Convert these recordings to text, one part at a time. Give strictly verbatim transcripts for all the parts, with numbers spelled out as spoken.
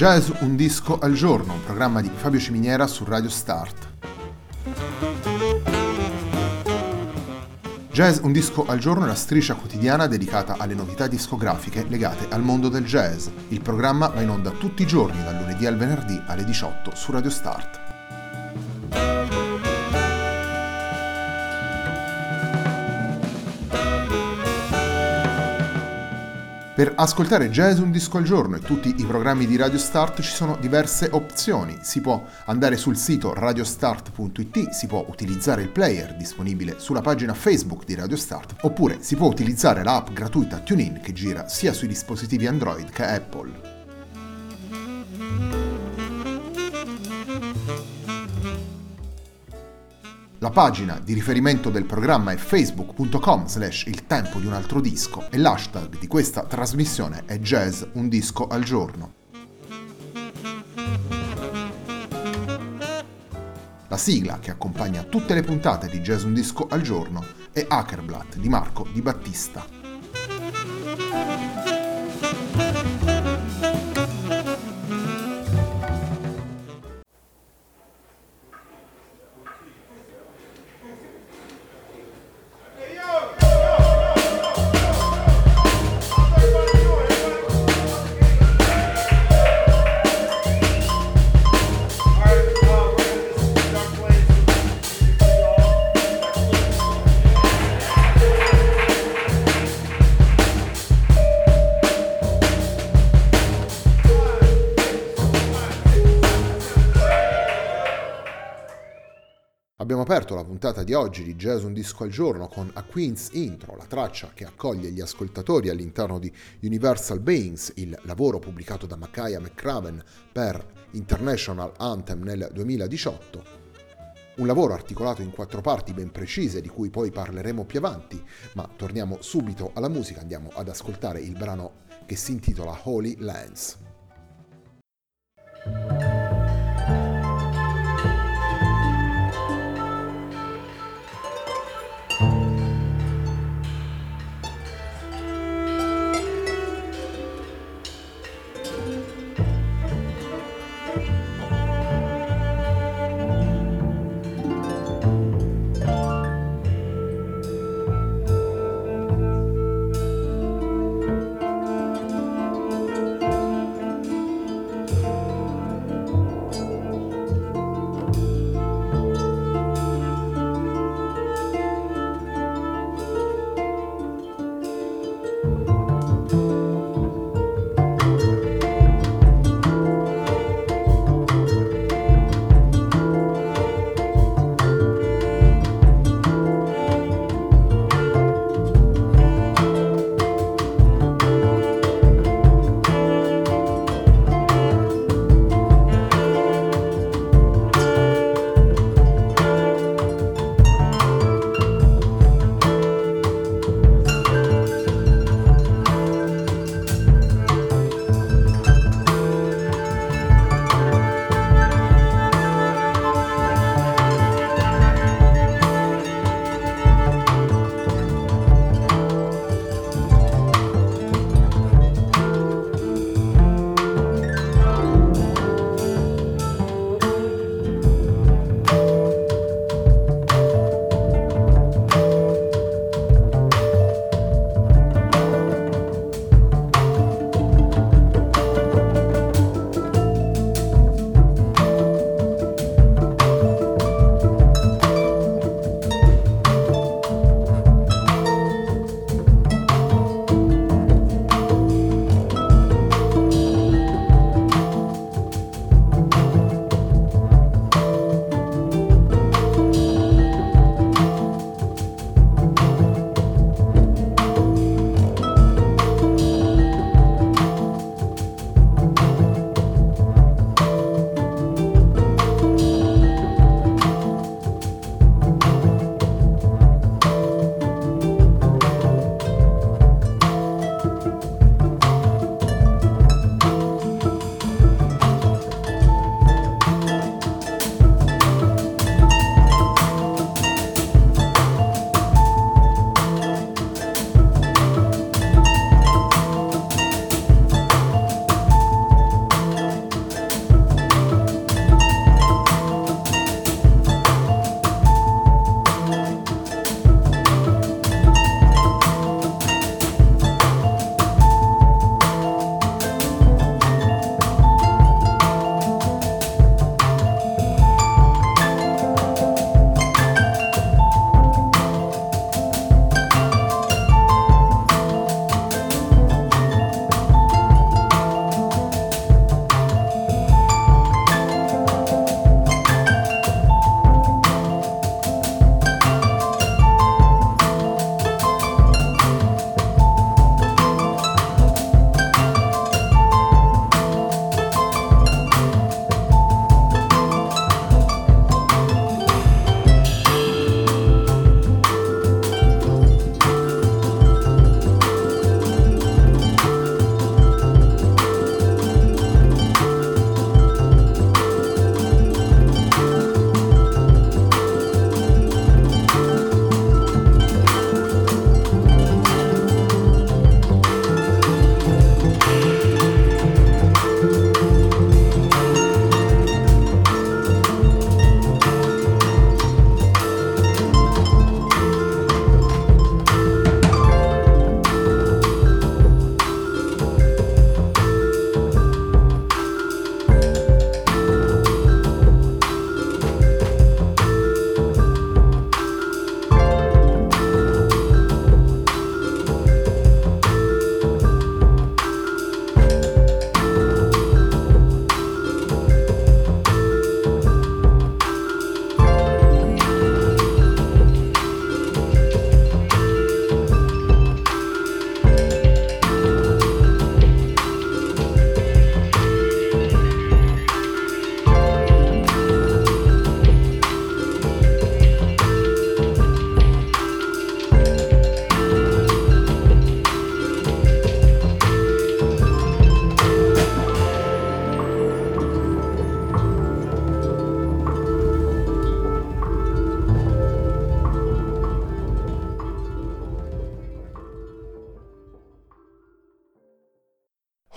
Jazz un disco al giorno, un programma di Fabio Ciminiera su Radio Start. Jazz un disco al giorno è la striscia quotidiana dedicata alle novità discografiche legate al mondo del jazz. Il programma va in onda tutti i giorni, dal lunedì al venerdì alle diciotto su Radio Start. Per ascoltare Jazz un disco al giorno e tutti i programmi di Radio Start ci sono diverse opzioni. Si può andare sul sito radiostart punto it, si può utilizzare il player disponibile sulla pagina Facebook di Radio Start, oppure si può utilizzare l'app gratuita TuneIn che gira sia sui dispositivi Android che Apple. La pagina di riferimento del programma è facebook punto com slash il tempo di un altro disco e l'hashtag di questa trasmissione è Jazz un disco al giorno. La sigla che accompagna tutte le puntate di Jazz un disco al giorno è Hackerblatt di Marco Di Battista. Abbiamo aperto la puntata di oggi di Jazz un disco al giorno con A Queen's Intro, la traccia che accoglie gli ascoltatori all'interno di Universal Beings, il lavoro pubblicato da Makaya McCraven per International Anthem nel duemiladiciotto. Un lavoro articolato in quattro parti ben precise di cui poi parleremo più avanti, ma torniamo subito alla musica, andiamo ad ascoltare il brano che si intitola Holy Lands.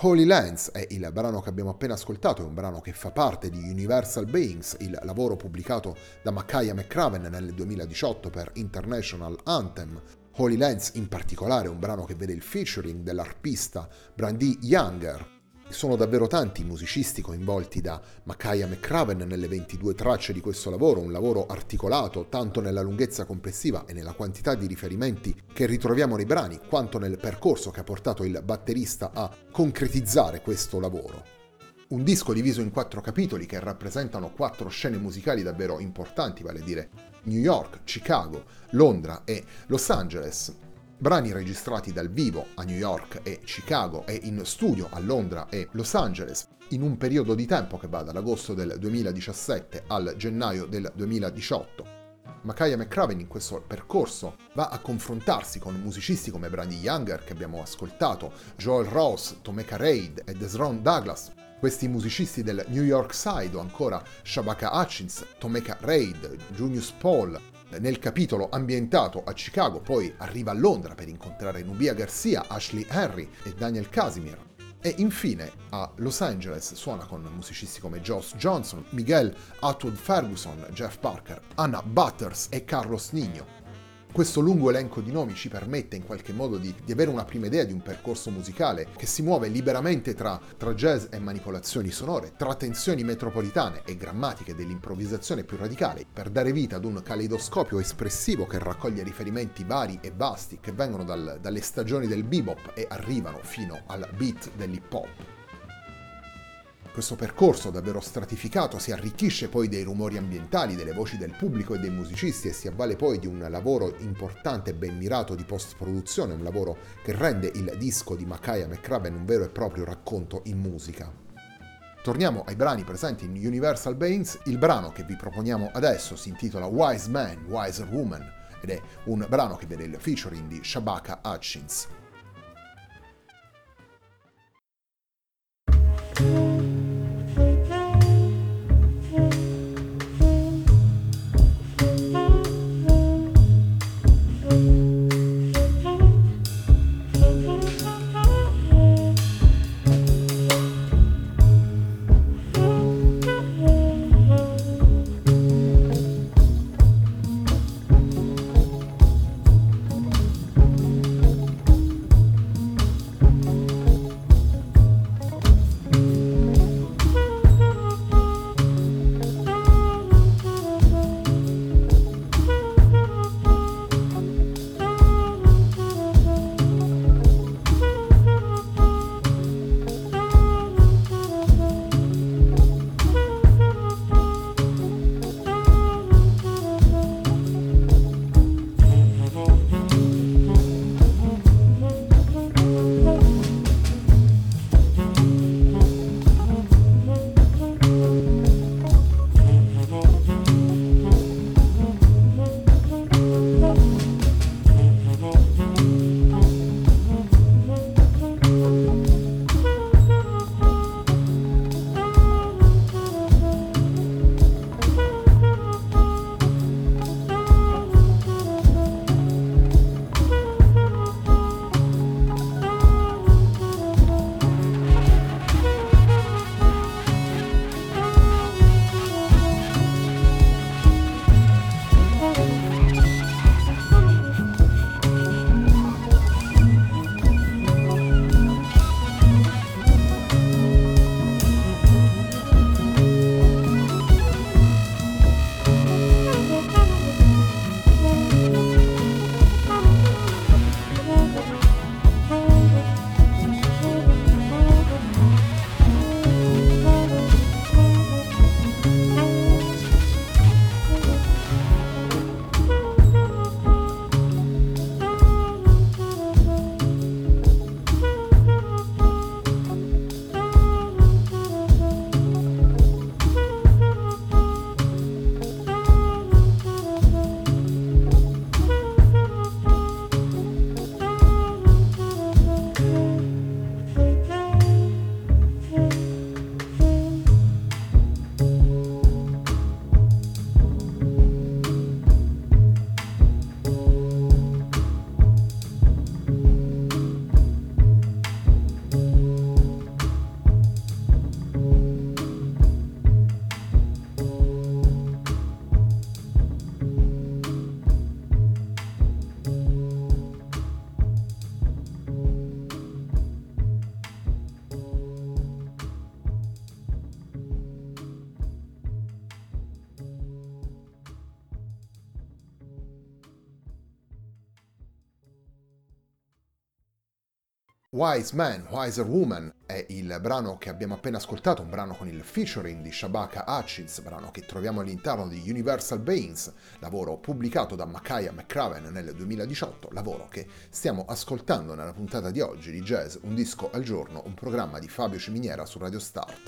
Holy Lands è il brano che abbiamo appena ascoltato, è un brano che fa parte di Universal Beings, il lavoro pubblicato da Makaya McCraven nel duemiladiciotto per International Anthem. Holy Lands in particolare è un brano che vede il featuring dell'arpista Brandee Younger. Sono davvero tanti i musicisti coinvolti da Makaya McCraven nelle ventidue tracce di questo lavoro, un lavoro articolato tanto nella lunghezza complessiva e nella quantità di riferimenti che ritroviamo nei brani, quanto nel percorso che ha portato il batterista a concretizzare questo lavoro. Un disco diviso in quattro capitoli che rappresentano quattro scene musicali davvero importanti, vale a dire New York, Chicago, Londra e Los Angeles. Brani registrati dal vivo a New York e Chicago e in studio a Londra e Los Angeles in un periodo di tempo che va dall'agosto del duemiladiciassette al gennaio del duemiladiciotto. Makaya McCraven in questo percorso va a confrontarsi con musicisti come Brandee Younger che abbiamo ascoltato, Joel Ross, Tomeka Reid e Desron Douglas, questi musicisti del New York Side o ancora Shabaka Hutchins, Tomeka Reid, Junius Paul. Nel capitolo ambientato a Chicago poi arriva a Londra per incontrare Nubia Garcia, Ashley Henry e Daniel Casimir. E infine a Los Angeles suona con musicisti come Josh Johnson, Miguel Atwood Ferguson, Jeff Parker, Anna Butters e Carlos Nino. Questo lungo elenco di nomi ci permette in qualche modo di, di avere una prima idea di un percorso musicale che si muove liberamente tra, tra jazz e manipolazioni sonore, tra tensioni metropolitane e grammatiche dell'improvvisazione più radicale, per dare vita ad un caleidoscopio espressivo che raccoglie riferimenti vari e vasti che vengono dal, dalle stagioni del bebop e arrivano fino al beat dell'hip hop. Questo percorso davvero stratificato si arricchisce poi dei rumori ambientali, delle voci del pubblico e dei musicisti e si avvale poi di un lavoro importante e ben mirato di post-produzione, un lavoro che rende il disco di Makaya McCraven un vero e proprio racconto in musica. Torniamo ai brani presenti in Universal Beings. Il brano che vi proponiamo adesso si intitola Wise Man, Wiser Woman ed è un brano che vede il featuring di Shabaka Hutchins. Wise Man, Wiser Woman è il brano che abbiamo appena ascoltato, un brano con il featuring di Shabaka Hutchins, brano che troviamo all'interno di Universal Beings, lavoro pubblicato da Makaya McCraven nel duemiladiciotto, lavoro che stiamo ascoltando nella puntata di oggi di Jazz Un Disco al Giorno, un programma di Fabio Ciminiera su Radio Start.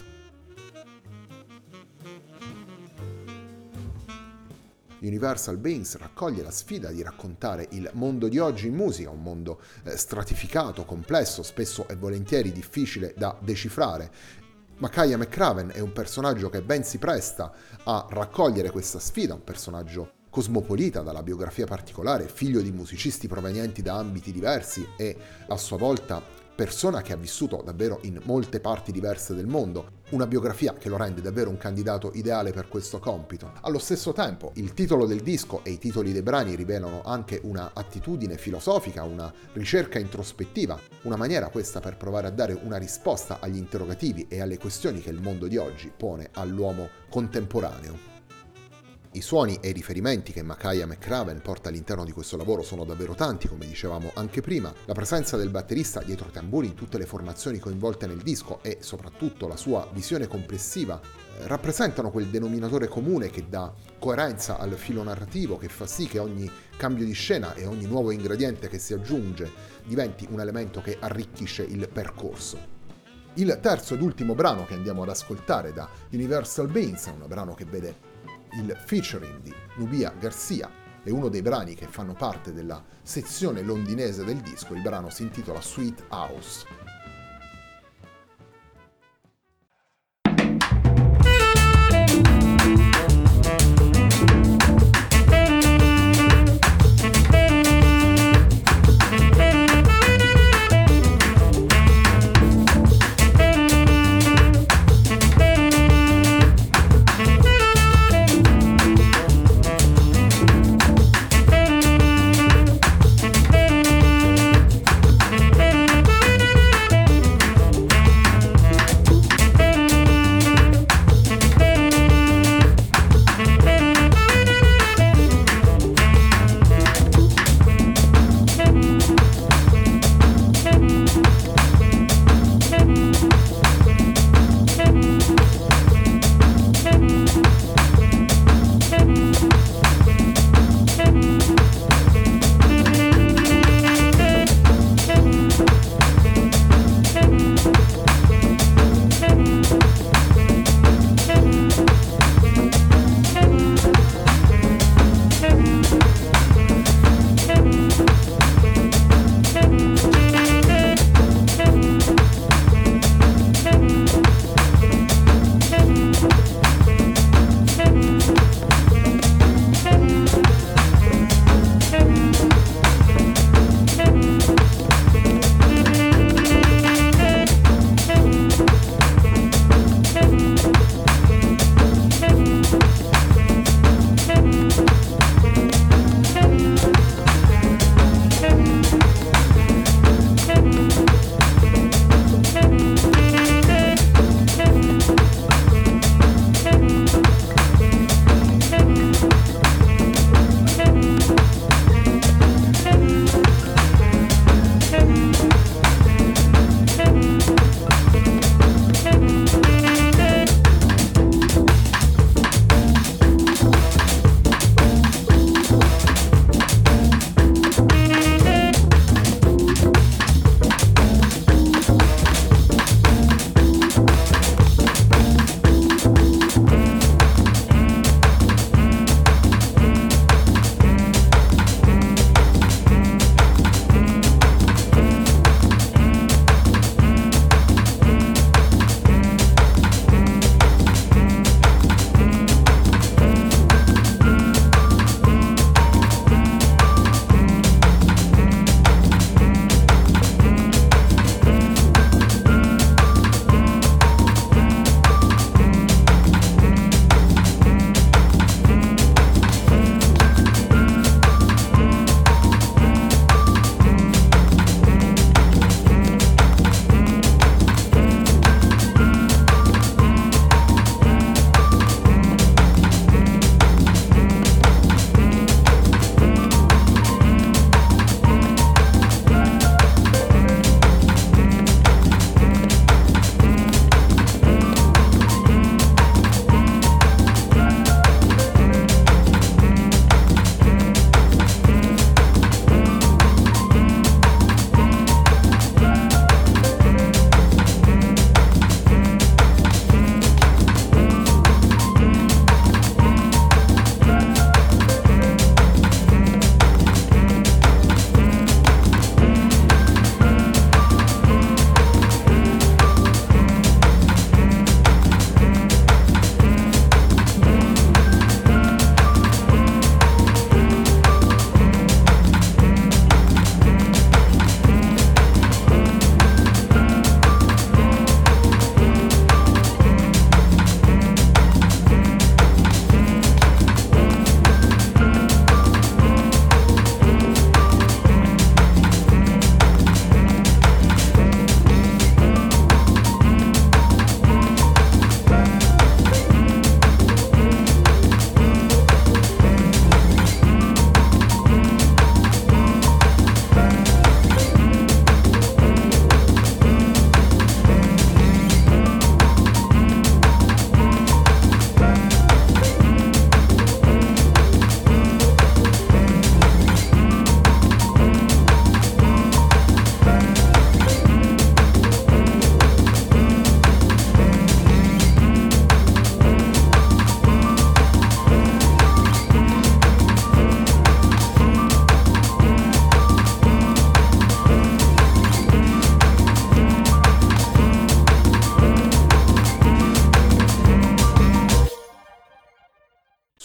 Universal Beings raccoglie la sfida di raccontare il mondo di oggi in musica, un mondo eh, stratificato, complesso, spesso e volentieri difficile da decifrare. Makaya McCraven è un personaggio che ben si presta a raccogliere questa sfida, un personaggio cosmopolita dalla biografia particolare, figlio di musicisti provenienti da ambiti diversi e a sua volta persona che ha vissuto davvero in molte parti diverse del mondo, una biografia che lo rende davvero un candidato ideale per questo compito. Allo stesso tempo, il titolo del disco e i titoli dei brani rivelano anche una attitudine filosofica, una ricerca introspettiva, una maniera questa per provare a dare una risposta agli interrogativi e alle questioni che il mondo di oggi pone all'uomo contemporaneo. I suoni e i riferimenti che Makaya McCraven porta all'interno di questo lavoro sono davvero tanti, come dicevamo anche prima. La presenza del batterista dietro i tamburi in tutte le formazioni coinvolte nel disco e soprattutto la sua visione complessiva eh, rappresentano quel denominatore comune che dà coerenza al filo narrativo, che fa sì che ogni cambio di scena e ogni nuovo ingrediente che si aggiunge diventi un elemento che arricchisce il percorso. Il terzo ed ultimo brano che andiamo ad ascoltare da Universal Beings è un brano che vede il featuring di Nubia Garcia, è uno dei brani che fanno parte della sezione londinese del disco, il brano si intitola Sweet House.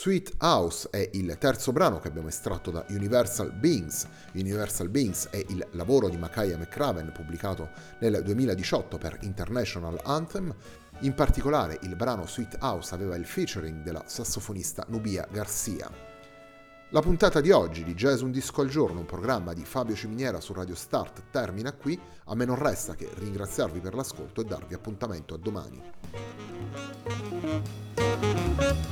Sweet House è il terzo brano che abbiamo estratto da Universal Beings. Universal Beings è il lavoro di Makaya McCraven pubblicato nel duemiladiciotto per International Anthem. In particolare il brano Sweet House aveva il featuring della sassofonista Nubia Garcia. La puntata di oggi di Jazz Un Disco al Giorno, un programma di Fabio Ciminiera su Radio Start, termina qui. A me non resta che ringraziarvi per l'ascolto e darvi appuntamento a domani.